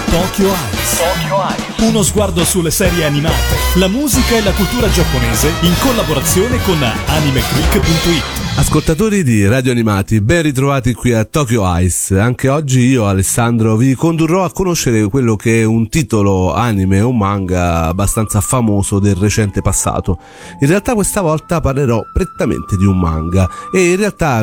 Tokyo Eyes. Uno sguardo sulle serie animate, la musica e la cultura giapponese in collaborazione con animeclick.it. Ascoltatori di Radio Animati, ben ritrovati qui a Tokyo Eyes. Anche oggi io, Alessandro, vi condurrò a conoscere quello che è un titolo anime o manga abbastanza famoso del recente passato. In realtà questa volta parlerò prettamente di un manga e in realtà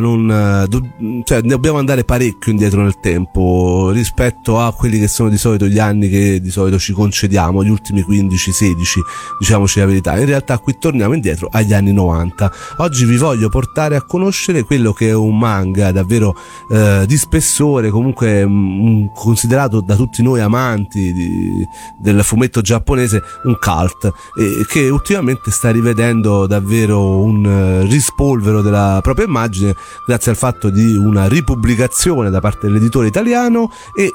dobbiamo andare parecchio indietro nel tempo rispetto a quelli che sono di solito gli anni che di solito ci concediamo, gli ultimi 15-16, diciamoci la verità. In realtà qui torniamo indietro agli anni 90. Oggi vi voglio portare a conoscere quello che è un manga davvero di spessore, comunque considerato da tutti noi amanti del fumetto giapponese un cult, che ultimamente sta rivedendo davvero un rispolvero della propria immagine grazie al fatto di una ripubblicazione da parte dell'editore italiano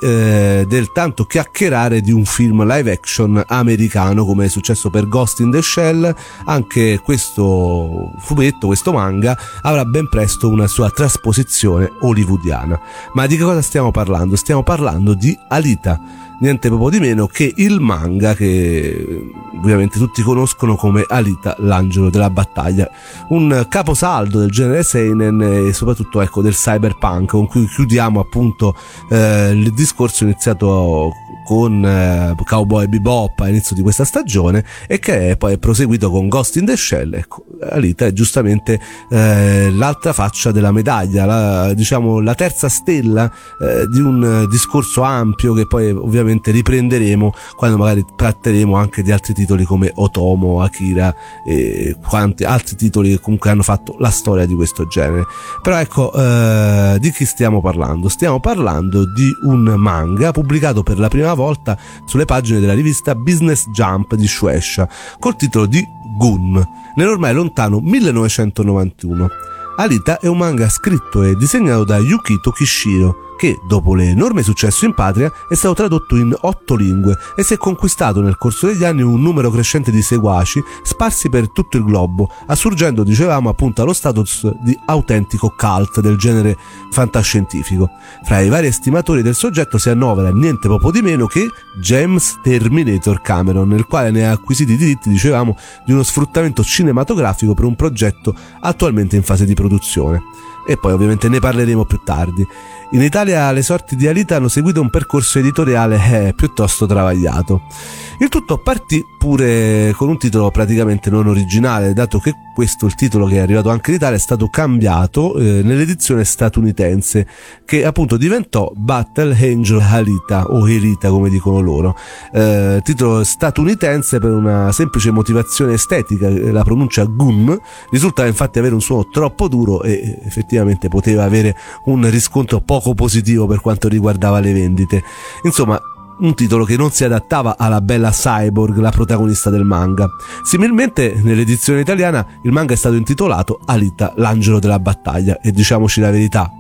e del tanto chiacchierare di un film live action americano, come è successo per Ghost in the Shell. Anche questo fumetto, questo manga, avrà ben presto una sua trasposizione hollywoodiana. Ma di che cosa stiamo parlando? Stiamo parlando di Alita, niente proprio di meno che il manga che ovviamente tutti conoscono come Alita, l'angelo della battaglia, un caposaldo del genere seinen e soprattutto del cyberpunk, con cui chiudiamo appunto il discorso iniziato con Cowboy Bebop all'inizio di questa stagione e che poi è proseguito con Ghost in the Shell. Ecco, Alita è giustamente l'altra faccia della medaglia, la terza stella di un discorso ampio che poi ovviamente riprenderemo quando magari tratteremo anche di altri titoli come Otomo, Akira e quanti altri titoli che comunque hanno fatto la storia di questo genere. Però ecco, di chi stiamo parlando? Stiamo parlando di un manga pubblicato per la prima volta sulle pagine della rivista Business Jump di Shueisha col titolo di Gun nell'ormai lontano 1991. Alita è un manga scritto e disegnato da Yukito Kishiro che, dopo l'enorme successo in patria, è stato tradotto in 8 lingue e si è conquistato nel corso degli anni un numero crescente di seguaci sparsi per tutto il globo, assurgendo, dicevamo, appunto allo status di autentico cult del genere fantascientifico. Fra i vari estimatori del soggetto si annovera niente poco di meno che James Terminator Cameron, nel quale ne ha acquisiti i diritti, dicevamo, di uno sfruttamento cinematografico per un progetto attualmente in fase di produzione. E poi ovviamente ne parleremo più tardi. In Italia le sorti di Alita hanno seguito un percorso editoriale piuttosto travagliato. Il tutto partì pure con un titolo praticamente non originale, dato che questo, il titolo che è arrivato anche in Italia, è stato cambiato nell'edizione statunitense, che appunto diventò Battle Angel Alita o Elita come dicono loro, titolo statunitense per una semplice motivazione estetica. La pronuncia Gun risultava infatti avere un suono troppo duro e effettivamente poteva avere un riscontro poco positivo per quanto riguardava le vendite. Insomma, un titolo che non si adattava alla bella cyborg, la protagonista del manga. Similmente, nell'edizione italiana il manga è stato intitolato Alita, l'angelo della battaglia, e diciamoci la verità,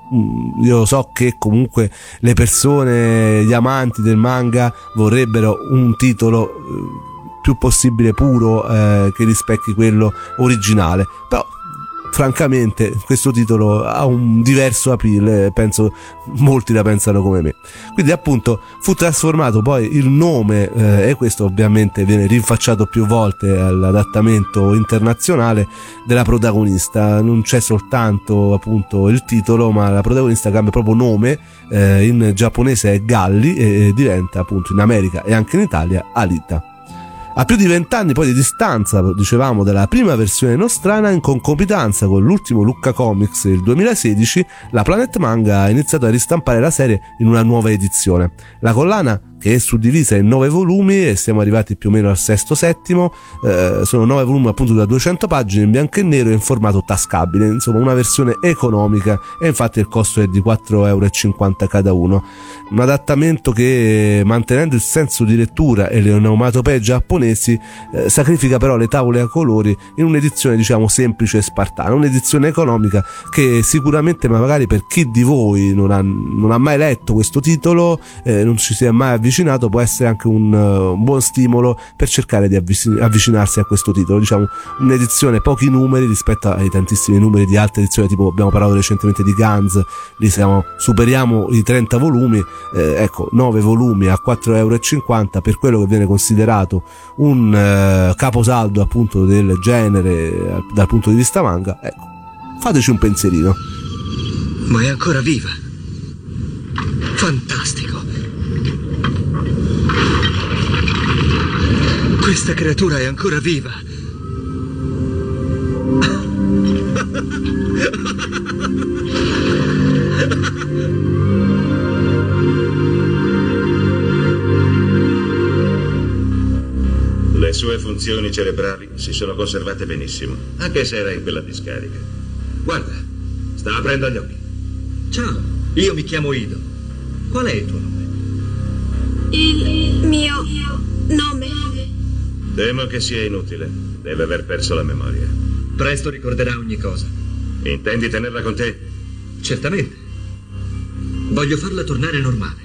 io so che comunque le persone, gli amanti del manga vorrebbero un titolo più possibile puro, che rispecchi quello originale, però francamente questo titolo ha un diverso appeal, penso molti la pensano come me. Quindi appunto fu trasformato poi il nome, e questo ovviamente viene rinfacciato più volte all'adattamento internazionale, della protagonista. Non c'è soltanto appunto il titolo, ma la protagonista cambia proprio nome, in giapponese è Galli e diventa appunto in America e anche in Italia Alita. A più di 20 anni poi di distanza, dicevamo, dalla prima versione nostrana, in concomitanza con l'ultimo Lucca Comics del 2016, la Planet Manga ha iniziato a ristampare la serie in una nuova edizione. La collana, che è suddivisa in 9 volumi e siamo arrivati più o meno al sesto-settimo, sono 9 volumi appunto da 200 pagine in bianco e nero e in formato tascabile, insomma una versione economica, e infatti il costo è di 4,50 € cada uno. Un adattamento che, mantenendo il senso di lettura e le onomatopee giapponesi, sacrifica però le tavole a colori in un'edizione diciamo semplice e spartana, un'edizione economica che sicuramente magari per chi di voi non ha mai letto questo titolo, non ci si è mai avvicinato, ravvicinato può essere anche un buon stimolo per cercare di avvicinarsi a questo titolo. Diciamo un'edizione pochi numeri rispetto ai tantissimi numeri di altre edizioni, tipo abbiamo parlato recentemente di Guns, lì superiamo i 30 volumi, ecco, 9 volumi a €4,50 per quello che viene considerato un caposaldo appunto del genere dal punto di vista manga. Ecco, fateci un pensierino. Ma è ancora viva. Fantastico. Questa creatura è ancora viva. Le sue funzioni cerebrali si sono conservate benissimo, anche se era in quella discarica. Guarda, sta aprendo gli occhi. Ciao, io mi chiamo Ido. Qual è il tuo nome? Il mio nome. Temo che sia inutile. Deve aver perso la memoria. Presto ricorderà ogni cosa. Intendi tenerla con te? Certamente. Voglio farla tornare normale.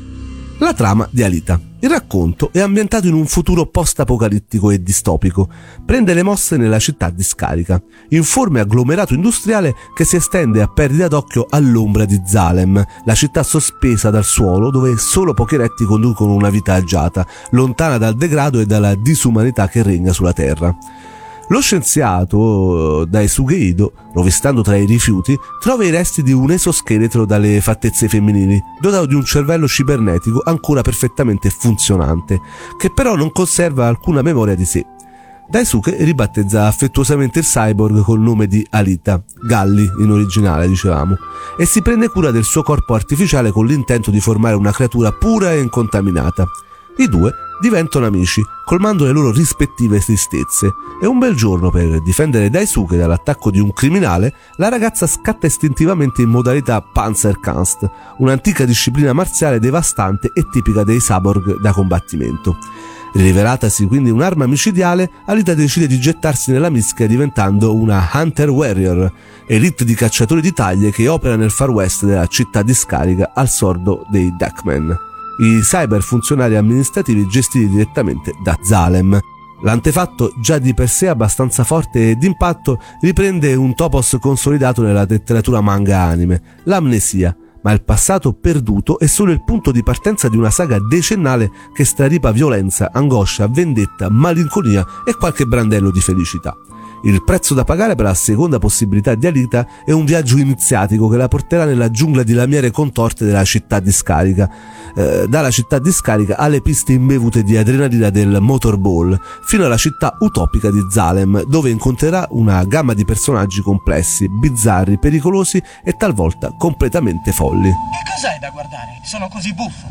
La trama di Alita. Il racconto è ambientato in un futuro post-apocalittico e distopico. Prende le mosse nella città di Scarica, informe agglomerato industriale che si estende a perdita d'occhio all'ombra di Zalem, la città sospesa dal suolo dove solo pochi retti conducono una vita agiata, lontana dal degrado e dalla disumanità che regna sulla Terra. Lo scienziato Daisuke Ido, rovistando tra i rifiuti, trova i resti di un esoscheletro dalle fattezze femminili, dotato di un cervello cibernetico ancora perfettamente funzionante, che però non conserva alcuna memoria di sé. Daisuke ribattezza affettuosamente il cyborg col nome di Alita, Galli in originale dicevamo, e si prende cura del suo corpo artificiale con l'intento di formare una creatura pura e incontaminata. I due diventano amici, colmando le loro rispettive tristezze, e un bel giorno, per difendere Daisuke dall'attacco di un criminale, la ragazza scatta istintivamente in modalità Panzerkampf, un'antica disciplina marziale devastante e tipica dei cyborg da combattimento. Rivelatasi quindi un'arma micidiale, Alita decide di gettarsi nella mischia diventando una Hunter Warrior, elite di cacciatori di taglie che opera nel far west della città di Scarica al sordo dei Duckmen, i cyber funzionari amministrativi gestiti direttamente da Zalem. L'antefatto, già di per sé abbastanza forte e d'impatto, riprende un topos consolidato nella letteratura manga anime, l'amnesia, ma il passato perduto è solo il punto di partenza di una saga decennale che straripa violenza, angoscia, vendetta, malinconia e qualche brandello di felicità. Il prezzo da pagare per la seconda possibilità di Alita è un viaggio iniziatico che la porterà nella giungla di lamiere contorte della città di Scarica, dalla città di Scarica alle piste imbevute di adrenalina del Motorball, fino alla città utopica di Zalem, dove incontrerà una gamma di personaggi complessi, bizzarri, pericolosi e talvolta completamente folli. Che cos'hai da guardare? Sono così buffo.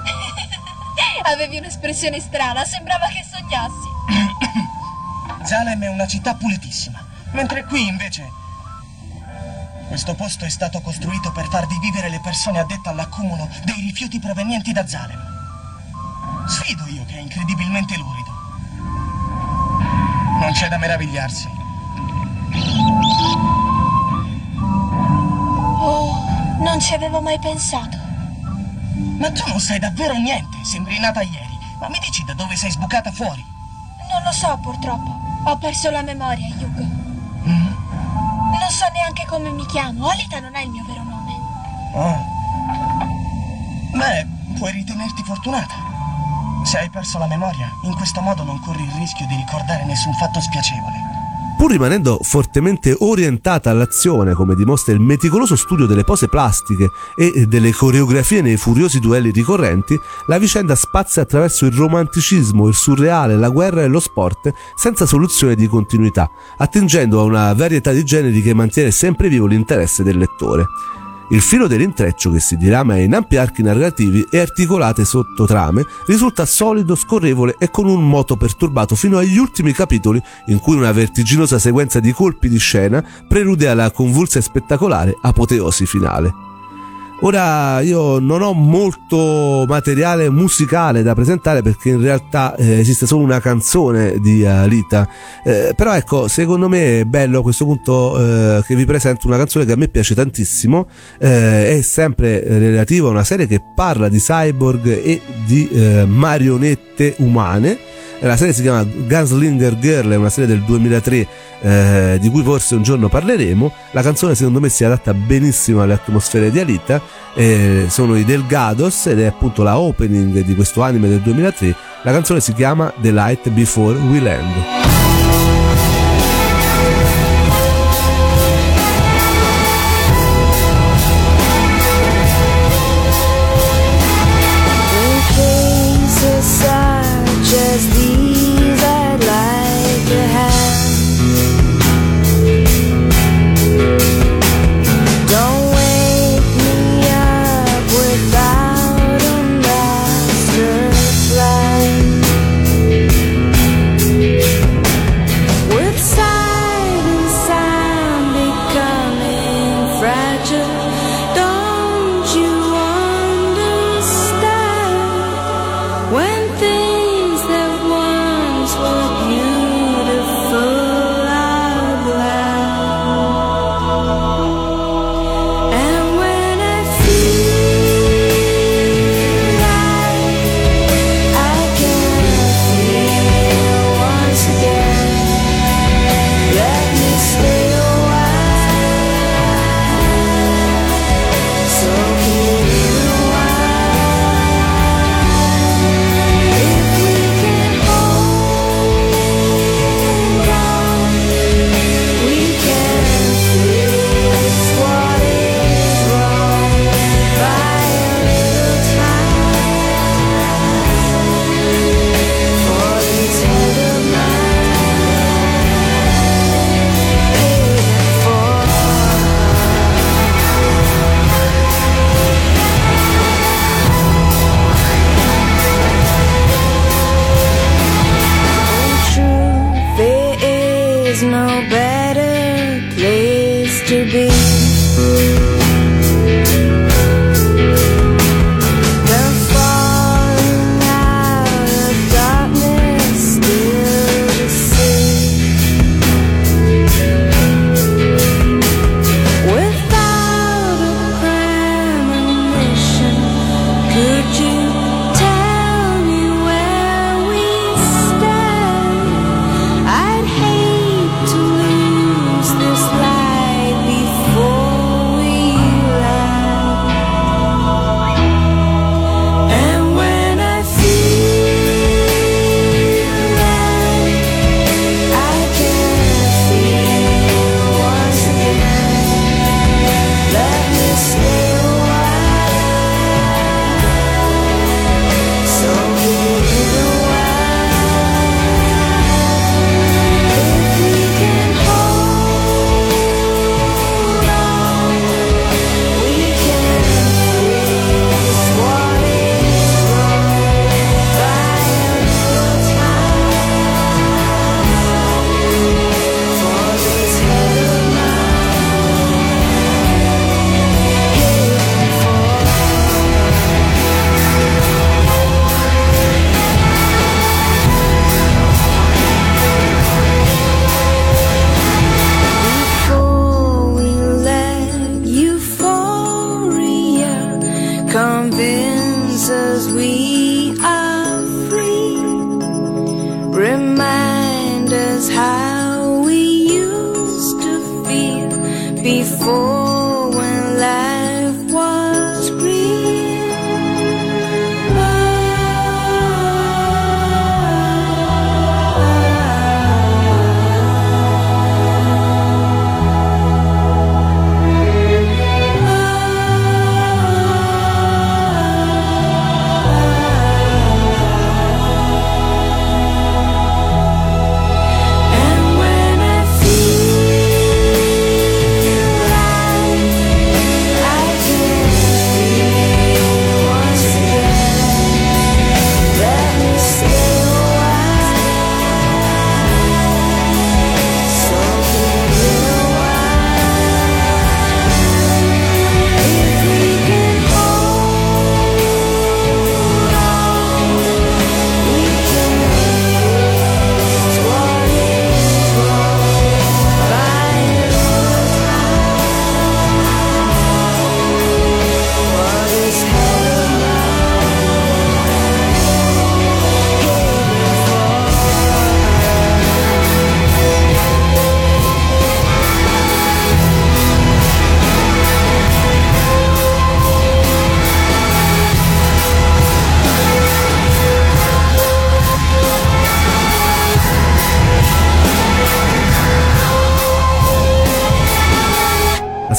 Avevi un'espressione strana, sembrava che sognassi. Zalem è una città pulitissima, mentre qui invece questo posto è stato costruito per farvi vivere le persone addette all'accumulo dei rifiuti provenienti da Zalem. Sfido io che è incredibilmente lurido. Non c'è da meravigliarsi. Oh, non ci avevo mai pensato. Ma tu non sai davvero niente, sembri nata ieri. Ma mi dici da dove sei sbucata fuori? Non lo so, purtroppo. Ho perso la memoria, Yugo. Non so neanche come mi chiamo. Alita non è il mio vero nome. Oh. Beh, puoi ritenerti fortunata. Se hai perso la memoria, in questo modo non corri il rischio di ricordare nessun fatto spiacevole. Pur rimanendo fortemente orientata all'azione, come dimostra il meticoloso studio delle pose plastiche e delle coreografie nei furiosi duelli ricorrenti, la vicenda spazia attraverso il romanticismo, il surreale, la guerra e lo sport senza soluzione di continuità, attingendo a una varietà di generi che mantiene sempre vivo l'interesse del lettore. Il filo dell'intreccio, che si dirama in ampi archi narrativi e articolate sottotrame, risulta solido, scorrevole e con un moto perturbato fino agli ultimi capitoli, in cui una vertiginosa sequenza di colpi di scena prelude alla convulsa e spettacolare apoteosi finale. Ora io non ho molto materiale musicale da presentare perché in realtà esiste solo una canzone di Alita, però ecco, secondo me è bello a questo punto che vi presento una canzone che a me piace tantissimo, è sempre relativa a una serie che parla di cyborg e di marionette umane. La serie si chiama Gunslinger Girl, è una serie del 2003 di cui forse un giorno parleremo. La canzone secondo me si adatta benissimo alle atmosfere di Alita, sono i Delgados ed è appunto la opening di questo anime del 2003. La canzone si chiama The Light Before We Land.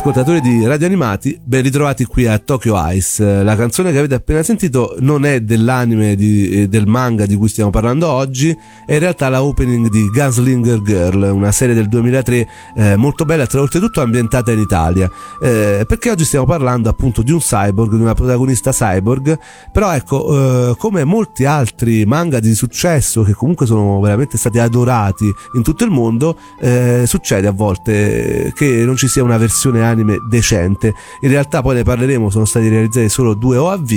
ascoltatori di Radio Animati, ben ritrovati qui a Tokyo Ice. La canzone che avete appena sentito non è dell'anime del manga di cui stiamo parlando oggi, è in realtà la opening di Gunslinger Girl, una serie del 2003 molto bella, oltretutto ambientata in Italia, perché oggi stiamo parlando appunto di un cyborg, di una protagonista cyborg. Però ecco, come molti altri manga di successo che comunque sono veramente stati adorati in tutto il mondo, succede a volte che non ci sia una versione anime decente. In realtà poi ne parleremo, sono stati realizzati solo 2 OAV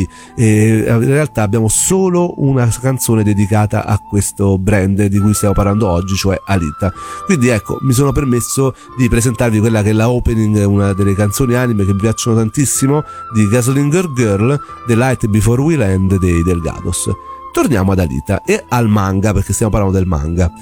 e in realtà abbiamo solo una canzone dedicata a questo brand di cui stiamo parlando oggi, cioè Alita. Quindi ecco, mi sono permesso di presentarvi quella che è la opening, una delle canzoni anime che mi piacciono tantissimo, di Gunslinger Girl, The Light Before We Land dei Delgados. Torniamo ad Alita e al manga, perché stiamo parlando del manga,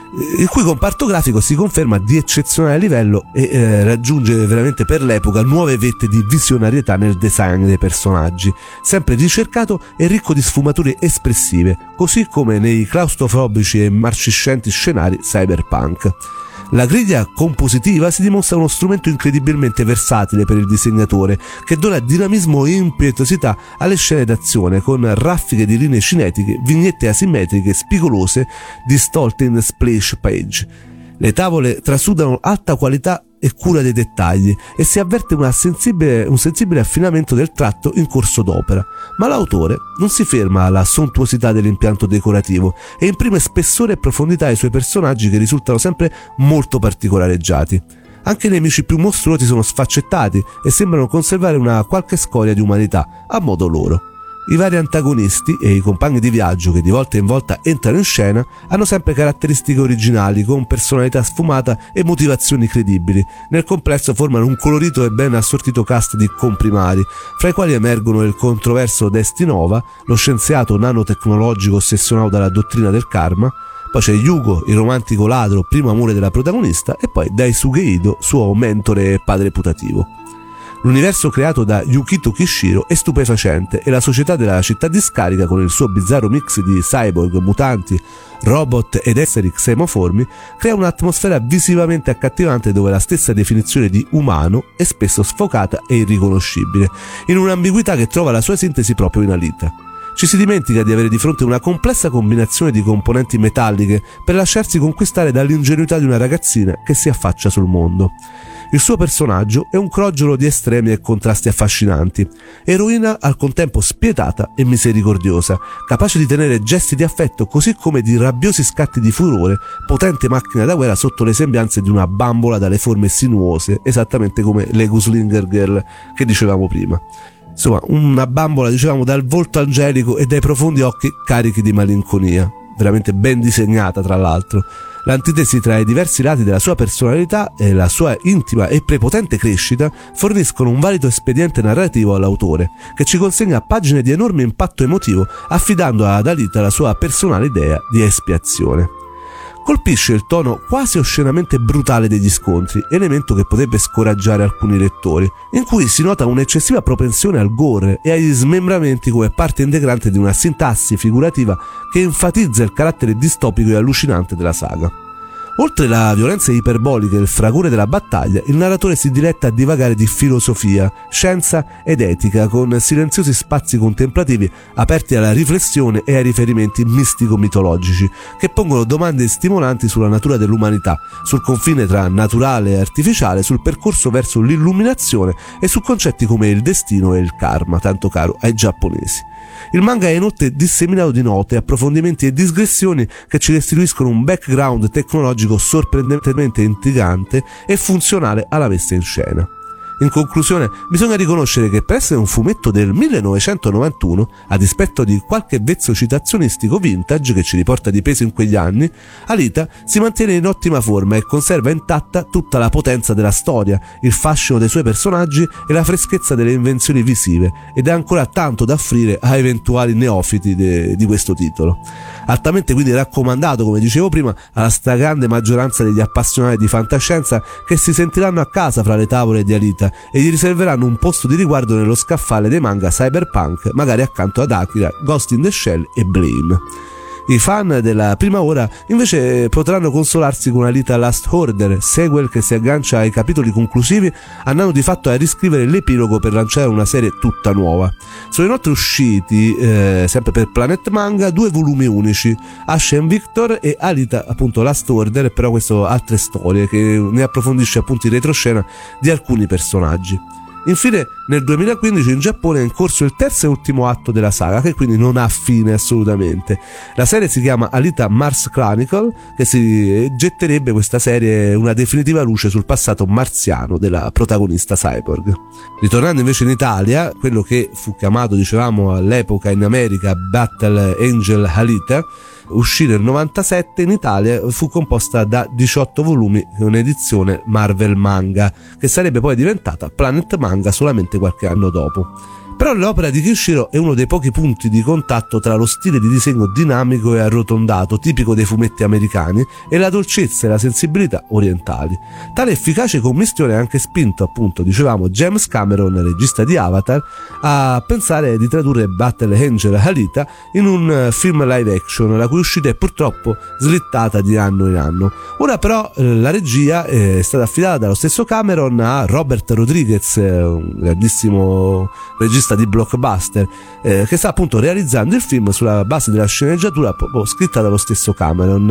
il cui comparto grafico si conferma di eccezionale livello e raggiunge veramente per l'epoca nuove vette di visionarietà nel design dei personaggi, sempre ricercato e ricco di sfumature espressive, così come nei claustrofobici e marciscenti scenari cyberpunk. La griglia compositiva si dimostra uno strumento incredibilmente versatile per il disegnatore, che dona dinamismo e impetuosità alle scene d'azione, con raffiche di linee cinetiche, vignette asimmetriche spigolose distolte in splash page. Le tavole trasudano alta qualità e cura dei dettagli e si avverte un sensibile affinamento del tratto in corso d'opera, ma l'autore non si ferma alla sontuosità dell'impianto decorativo e imprime spessore e profondità ai suoi personaggi, che risultano sempre molto particolareggiati. Anche i nemici più mostruosi sono sfaccettati e sembrano conservare una qualche scoria di umanità a modo loro. I vari antagonisti e i compagni di viaggio che di volta in volta entrano in scena hanno sempre caratteristiche originali, con personalità sfumata e motivazioni credibili. Nel complesso formano un colorito e ben assortito cast di comprimari, fra i quali emergono il controverso Destinova, lo scienziato nanotecnologico ossessionato dalla dottrina del karma, poi c'è Yugo, il romantico ladro, primo amore della protagonista, e poi Daisuke Ido, suo mentore e padre putativo. L'universo creato da Yukito Kishiro è stupefacente e la società della città di Scarica, con il suo bizzarro mix di cyborg, mutanti, robot ed esseri xenoformi, crea un'atmosfera visivamente accattivante, dove la stessa definizione di umano è spesso sfocata e irriconoscibile, in un'ambiguità che trova la sua sintesi proprio in Alita. Ci si dimentica di avere di fronte una complessa combinazione di componenti metalliche per lasciarsi conquistare dall'ingenuità di una ragazzina che si affaccia sul mondo. Il suo personaggio è un crogiolo di estremi e contrasti affascinanti, eroina al contempo spietata e misericordiosa, capace di tenere gesti di affetto così come di rabbiosi scatti di furore, potente macchina da guerra sotto le sembianze di una bambola dalle forme sinuose, esattamente come le Gunslinger Girl che dicevamo prima. Insomma, una bambola, dicevamo, dal volto angelico e dai profondi occhi carichi di malinconia, veramente ben disegnata tra l'altro. L'antitesi tra i diversi lati della sua personalità e la sua intima e prepotente crescita forniscono un valido espediente narrativo all'autore, che ci consegna pagine di enorme impatto emotivo, affidando ad Alita la sua personale idea di espiazione. Colpisce il tono quasi oscenamente brutale degli scontri, elemento che potrebbe scoraggiare alcuni lettori, in cui si nota un'eccessiva propensione al gore e agli smembramenti come parte integrante di una sintassi figurativa che enfatizza il carattere distopico e allucinante della saga. Oltre la violenza iperbolica e il fragore della battaglia, il narratore si diletta a divagare di filosofia, scienza ed etica, con silenziosi spazi contemplativi aperti alla riflessione e ai riferimenti mistico-mitologici, che pongono domande stimolanti sulla natura dell'umanità, sul confine tra naturale e artificiale, sul percorso verso l'illuminazione e su concetti come il destino e il karma, tanto caro ai giapponesi. Il manga è inoltre disseminato di note, approfondimenti e digressioni che ci restituiscono un background tecnologico sorprendentemente intrigante e funzionale alla messa in scena. In conclusione, bisogna riconoscere che per essere un fumetto del 1991, a dispetto di qualche vezzo citazionistico vintage che ci riporta di peso in quegli anni, Alita si mantiene in ottima forma e conserva intatta tutta la potenza della storia, il fascino dei suoi personaggi e la freschezza delle invenzioni visive, ed ha ancora tanto da offrire a eventuali neofiti di questo titolo. Altamente quindi raccomandato, come dicevo prima, alla stragrande maggioranza degli appassionati di fantascienza, che si sentiranno a casa fra le tavole di Alita e gli riserveranno un posto di riguardo nello scaffale dei manga cyberpunk, magari accanto ad Akira, Ghost in the Shell e Blame. I fan della prima ora invece potranno consolarsi con Alita Last Order, sequel che si aggancia ai capitoli conclusivi, andando di fatto a riscrivere l'epilogo per lanciare una serie tutta nuova. Sono inoltre usciti, sempre per Planet Manga, 2 volumi unici, Ashen Victor e Alita appunto Last Order, però questo altre storie che ne approfondisce appunto in retroscena di alcuni personaggi. Infine nel 2015 in Giappone è in corso il terzo e ultimo atto della saga, che quindi non ha fine assolutamente. La serie si chiama Alita Mars Chronicle, che si getterebbe questa serie una definitiva luce sul passato marziano della protagonista cyborg. Ritornando invece in Italia, quello che fu chiamato, dicevamo all'epoca in America, Battle Angel Alita, uscì nel 97, in Italia fu composta da 18 volumi, un'edizione Marvel Manga, che sarebbe poi diventata Planet Manga solamente qualche anno dopo. Però l'opera di Kishiro è uno dei pochi punti di contatto tra lo stile di disegno dinamico e arrotondato tipico dei fumetti americani e la dolcezza e la sensibilità orientali. Tale efficace commistione ha anche spinto, appunto, dicevamo, James Cameron, regista di Avatar, a pensare di tradurre Battle Angel Alita in un film live action, la cui uscita è purtroppo slittata di anno in anno. Ora però la regia è stata affidata dallo stesso Cameron a Robert Rodriguez, un grandissimo regista di blockbuster, che sta appunto realizzando il film sulla base della sceneggiatura scritta dallo stesso Cameron,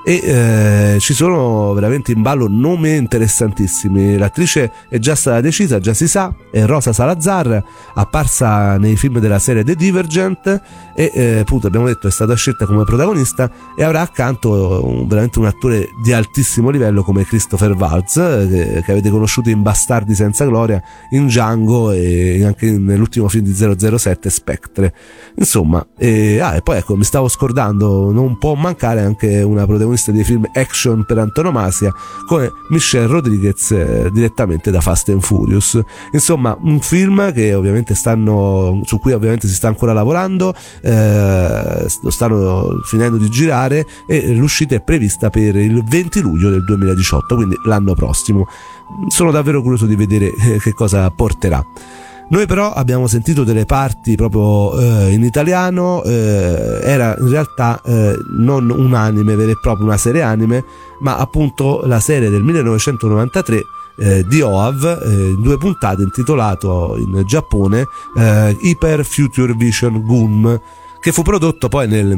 e ci sono veramente in ballo nomi interessantissimi. L'attrice è già stata decisa, già si sa, è Rosa Salazar, apparsa nei film della serie The Divergent, e appunto abbiamo detto è stata scelta come protagonista, e avrà accanto veramente un attore di altissimo livello come Christopher Waltz, che avete conosciuto in Bastardi senza gloria, in Django e anche nell'ultimo film di 007 Spectre. Insomma, e poi ecco, mi stavo scordando, non può mancare anche una protagonista dei film action per antonomasia come Michelle Rodriguez, direttamente da Fast and Furious. Insomma, un film che ovviamente su cui ovviamente si sta ancora lavorando, lo stanno finendo di girare, e l'uscita è prevista per il 20 luglio del 2018, quindi l'anno prossimo. Sono davvero curioso di vedere che cosa porterà. Noi però abbiamo sentito delle parti proprio in italiano, era in realtà non un anime vero e proprio, una serie anime, ma appunto la serie del 1993 di OAV, in 2 puntate, intitolato in Giappone Hyper Future Vision Gun, che fu prodotto poi nel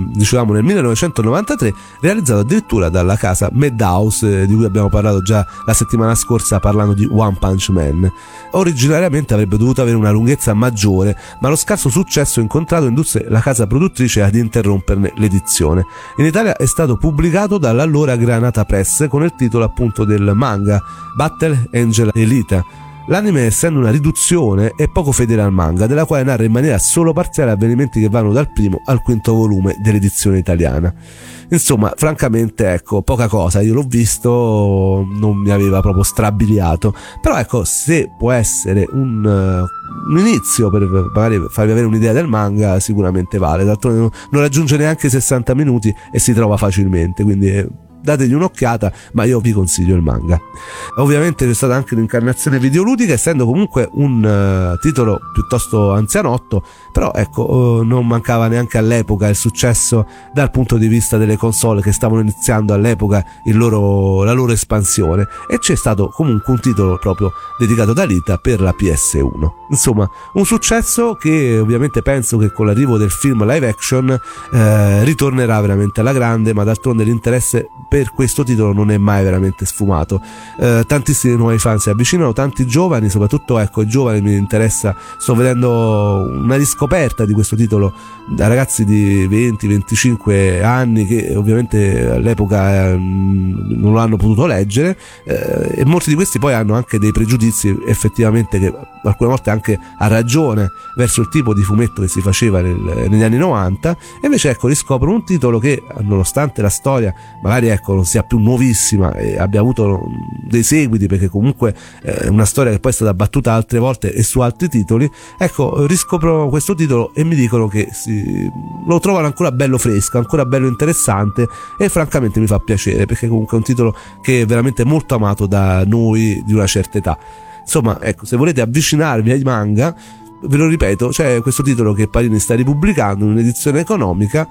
1993, realizzato addirittura dalla casa Madhouse, di cui abbiamo parlato già la settimana scorsa parlando di One Punch Man. Originariamente avrebbe dovuto avere una lunghezza maggiore, ma lo scarso successo incontrato indusse la casa produttrice ad interromperne l'edizione. In Italia è stato pubblicato dall'allora Granata Press con il titolo appunto del manga Battle Angel Alita. L'anime, essendo una riduzione, è poco fedele al manga, della quale narra in maniera solo parziale avvenimenti che vanno dal primo al quinto volume dell'edizione italiana. Insomma, francamente, ecco, poca cosa. Io l'ho visto, non mi aveva proprio strabiliato, però ecco, se può essere un inizio per magari farvi avere un'idea del manga, sicuramente vale. D'altronde non raggiunge neanche 60 minuti e si trova facilmente, quindi dategli un'occhiata, ma io vi consiglio il manga. Ovviamente c'è stata anche l'incarnazione videoludica, essendo comunque un titolo piuttosto anzianotto, però ecco, non mancava neanche all'epoca il successo dal punto di vista delle console che stavano iniziando all'epoca la loro espansione, e c'è stato comunque un titolo proprio dedicato da Alita per la PS1. Insomma, un successo che ovviamente penso che con l'arrivo del film live action ritornerà veramente alla grande, ma d'altronde l'interesse per questo titolo non è mai veramente sfumato. Tantissimi nuovi fan si avvicinano, tanti giovani, soprattutto ecco i giovani mi interessa, sto vedendo una riscoperta di questo titolo da ragazzi di 20-25 anni che ovviamente all'epoca non lo hanno potuto leggere, e molti di questi poi hanno anche dei pregiudizi effettivamente, che alcune volte anche a ragione, verso il tipo di fumetto che si faceva negli anni 90, e invece ecco riscoprono un titolo che, nonostante la storia magari ecco non sia più nuovissima e abbia avuto dei seguiti, perché comunque è una storia che poi è stata battuta altre volte e su altri titoli, ecco riscoprono questo titolo e mi dicono che lo trovano ancora bello fresco, ancora bello interessante, e francamente mi fa piacere, perché comunque è un titolo che è veramente molto amato da noi di una certa età. Insomma, ecco, se volete avvicinarvi ai manga, ve lo ripeto, c'è questo titolo che Panini sta ripubblicando in un'edizione economica,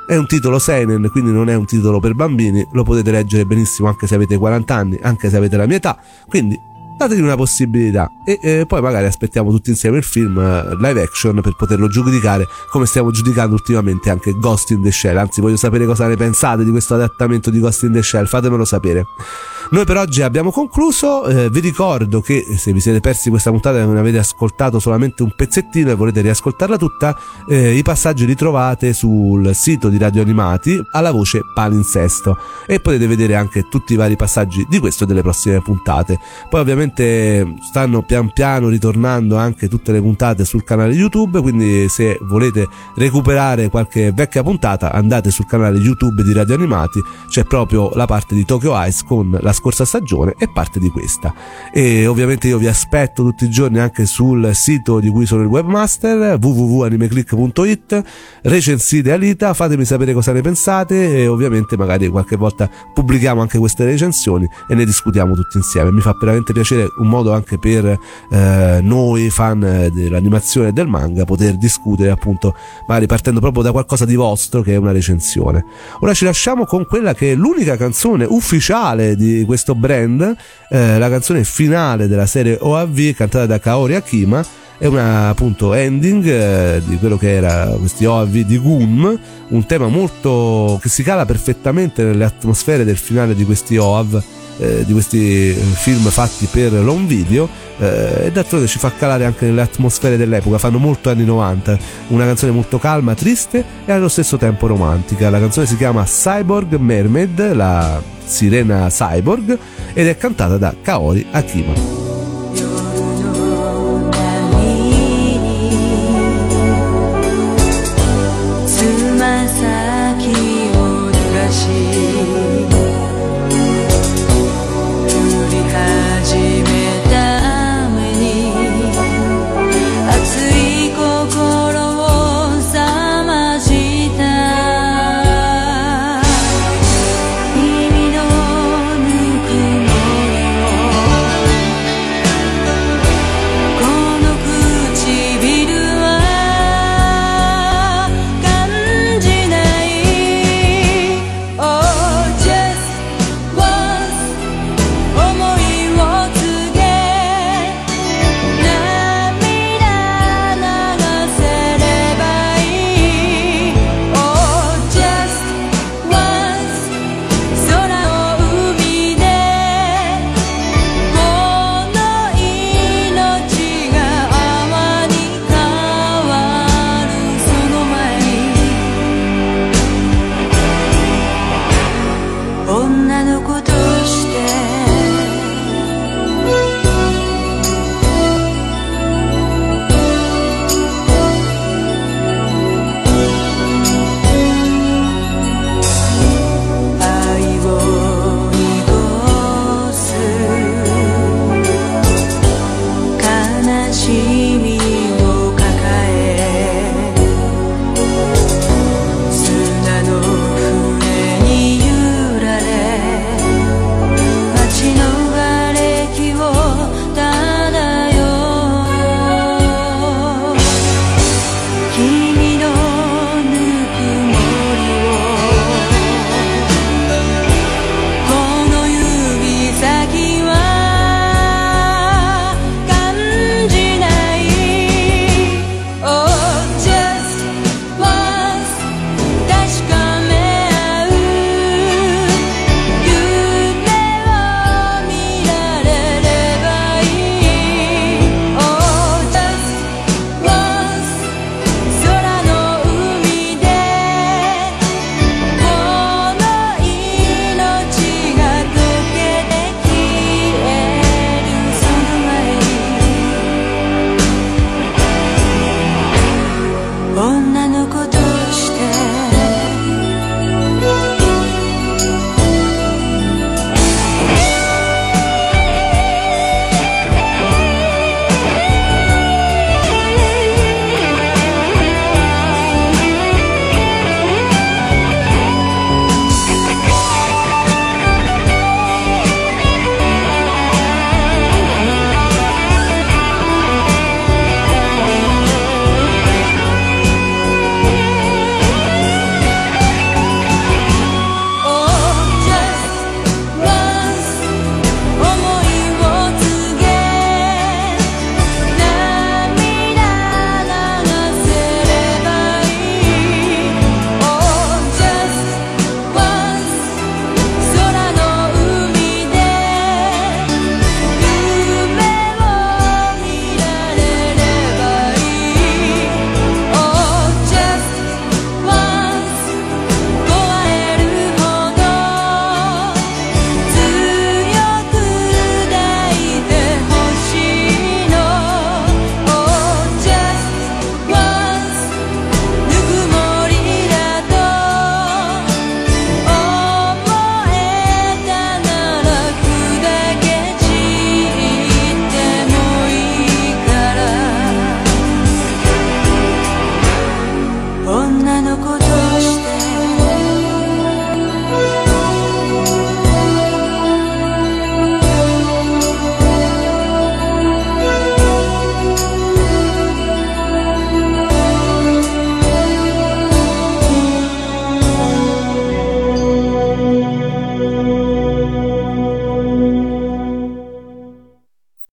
È un titolo seinen, quindi non è un titolo per bambini, lo potete leggere benissimo anche se avete 40 anni, anche se avete la mia età, quindi dategli una possibilità e poi magari aspettiamo tutti insieme il film live action per poterlo giudicare come stiamo giudicando ultimamente anche Ghost in the Shell. Anzi, voglio sapere cosa ne pensate di questo adattamento di Ghost in the Shell, fatemelo sapere. Noi per oggi abbiamo concluso, vi ricordo che se vi siete persi questa puntata e non avete ascoltato solamente un pezzettino e volete riascoltarla tutta, i passaggi li trovate sul sito di Radio Animati alla voce Palinsesto e potete vedere anche tutti i vari passaggi di questo e delle prossime puntate. Poi ovviamente stanno pian piano ritornando anche tutte le puntate sul canale YouTube, quindi se volete recuperare qualche vecchia puntata andate sul canale YouTube di Radio Animati, c'è proprio la parte di Tokyo Ice con la scorsa stagione e parte di questa. E ovviamente io vi aspetto tutti i giorni anche sul sito di cui sono il webmaster, www.animeclick.it. recensite Alita, fatemi sapere cosa ne pensate e ovviamente magari qualche volta pubblichiamo anche queste recensioni e ne discutiamo tutti insieme. Mi fa veramente piacere, un modo anche per noi fan dell'animazione e del manga poter discutere, appunto, magari partendo proprio da qualcosa di vostro che è una recensione. Ora ci lasciamo con quella che è l'unica canzone ufficiale di questo brand, la canzone finale della serie OAV cantata da Kaori Akima. È una appunto ending di quello che era questi OAV di Gun, un tema molto che si cala perfettamente nelle atmosfere del finale di questi OAV, di questi film fatti per l'home video, e d'altronde ci fa calare anche nelle atmosfere dell'epoca, fanno molto anni 90, una canzone molto calma, triste e allo stesso tempo romantica. La canzone si chiama Cyborg Mermaid, la sirena cyborg, ed è cantata da Kaori Akima.